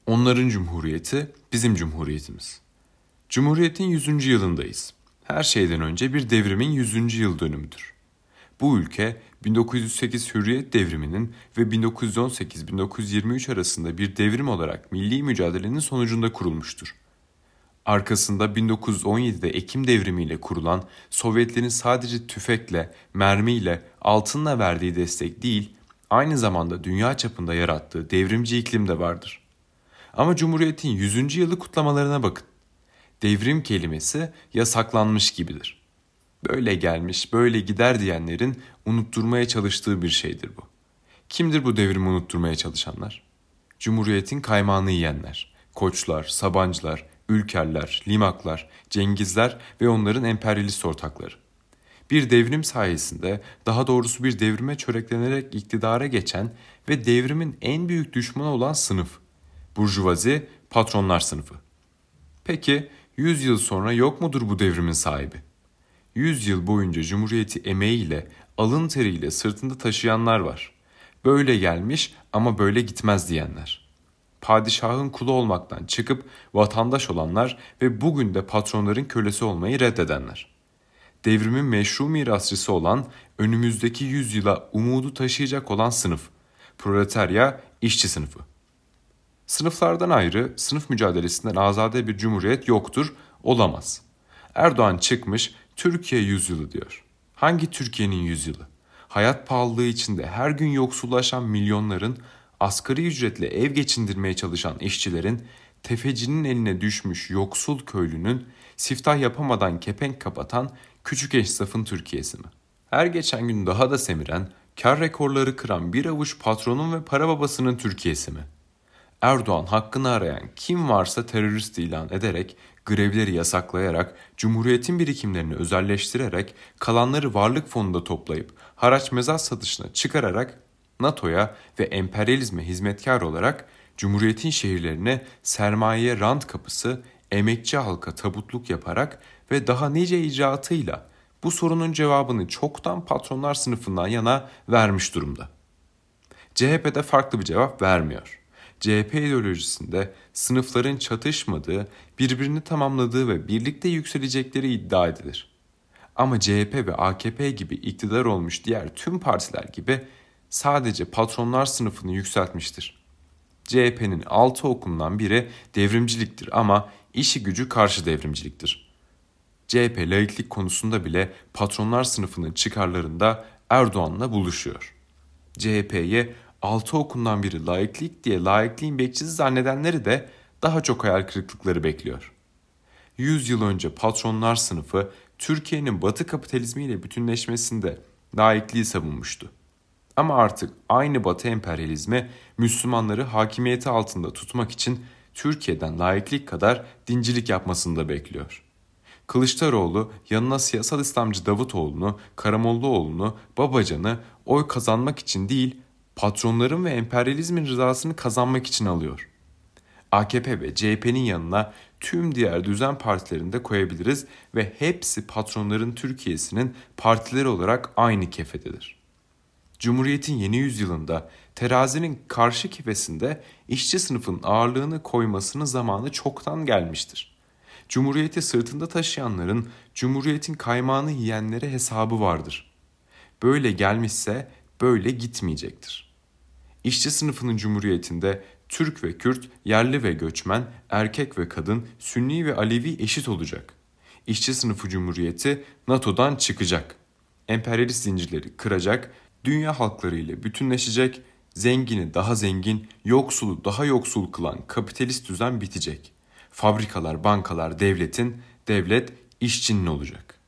Onların cumhuriyeti, bizim cumhuriyetimiz. Cumhuriyetin 100. yılındayız. Her şeyden önce bir devrimin 100. yıl dönümüdür. Bu ülke 1908 Hürriyet Devrimi'nin ve 1918-1923 arasında bir devrim olarak milli mücadelenin sonucunda kurulmuştur. Arkasında 1917'de Ekim Devrimi ile kurulan Sovyetlerin sadece tüfekle, mermiyle, altınla verdiği destek değil, aynı zamanda dünya çapında yarattığı devrimci iklim de vardır. Ama Cumhuriyet'in 100. yılı kutlamalarına bakın. Devrim kelimesi yasaklanmış gibidir. Böyle gelmiş, böyle gider diyenlerin unutturmaya çalıştığı bir şeydir bu. Kimdir bu devrimi unutturmaya çalışanlar? Cumhuriyet'in kaymağını yiyenler, Koçlar, Sabancılar, Ülkerler, Limaklar, Cengizler ve onların emperyalist ortakları. Bir devrim sayesinde, daha doğrusu bir devrime çöreklenerek iktidara geçen ve devrimin en büyük düşmanı olan sınıf, burjuvazi, patronlar sınıfı. Peki 100 yıl sonra yok mudur bu devrimin sahibi? 100 yıl boyunca Cumhuriyeti emeğiyle, alın teriyle sırtında taşıyanlar var. Böyle gelmiş ama böyle gitmez diyenler. Padişahın kulu olmaktan çıkıp vatandaş olanlar ve bugün de patronların kölesi olmayı reddedenler. Devrimin meşru mirasçısı olan, önümüzdeki 100 yıla umudu taşıyacak olan sınıf, proletarya, işçi sınıfı. Sınıflardan ayrı, sınıf mücadelesinden azade bir cumhuriyet yoktur, olamaz. Erdoğan çıkmış, Türkiye yüzyılı diyor. Hangi Türkiye'nin yüzyılı? Hayat pahalılığı içinde her gün yoksullaşan milyonların, asgari ücretle ev geçindirmeye çalışan işçilerin, tefecinin eline düşmüş yoksul köylünün, siftah yapamadan kepenk kapatan küçük esnafın Türkiye'si mi? Her geçen gün daha da semiren, kar rekorları kıran bir avuç patronun ve para babasının Türkiye'si mi? Erdoğan hakkını arayan kim varsa terörist ilan ederek, grevleri yasaklayarak, cumhuriyetin birikimlerini özelleştirerek, kalanları varlık fonunda toplayıp, haraç mezat satışına çıkararak, NATO'ya ve emperyalizme hizmetkar olarak, cumhuriyetin şehirlerine sermayeye rant kapısı, emekçi halka tabutluk yaparak ve daha nice icraatıyla bu sorunun cevabını çoktan patronlar sınıfından yana vermiş durumda. CHP'de farklı bir cevap vermiyor. CHP ideolojisinde sınıfların çatışmadığı, birbirini tamamladığı ve birlikte yükselecekleri iddia edilir. Ama CHP ve AKP gibi iktidar olmuş diğer tüm partiler gibi sadece patronlar sınıfını yükseltmiştir. CHP'nin 6 okundan biri devrimciliktir ama işi gücü karşı devrimciliktir. CHP laiklik konusunda bile patronlar sınıfının çıkarlarında Erdoğan'la buluşuyor. CHP'ye 6 okundan biri laiklik diye laikliğin bekçisi zannedenleri de daha çok hayal kırıklıkları bekliyor. 100 yıl önce patronlar sınıfı Türkiye'nin batı kapitalizmiyle bütünleşmesinde laikliği savunmuştu. Ama artık aynı batı emperyalizmi Müslümanları hakimiyeti altında tutmak için Türkiye'den laiklik kadar dincilik yapmasını da bekliyor. Kılıçdaroğlu yanına siyasal İslamcı Davutoğlu'nu, Karamollaoğlu'nu, Babacan'ı oy kazanmak için değil, patronların ve emperyalizmin rızasını kazanmak için alıyor. AKP ve CHP'nin yanına tüm diğer düzen partilerini de koyabiliriz ve hepsi patronların Türkiye'sinin partileri olarak aynı kefededir. Cumhuriyet'in yeni yüzyılında terazinin karşı kefesinde işçi sınıfın ağırlığını koymasının zamanı çoktan gelmiştir. Cumhuriyeti sırtında taşıyanların, Cumhuriyet'in kaymağını yiyenlere hesabı vardır. Böyle gelmişse böyle gitmeyecektir. İşçi sınıfının Cumhuriyetinde Türk ve Kürt, yerli ve göçmen, erkek ve kadın, Sünni ve Alevi eşit olacak. İşçi sınıfı Cumhuriyeti NATO'dan çıkacak. Emperyalist zincirleri kıracak, dünya halkları ile bütünleşecek, zengini daha zengin, yoksulu daha yoksul kılan kapitalist düzen bitecek. Fabrikalar, bankalar devletin, devlet işçinin olacak.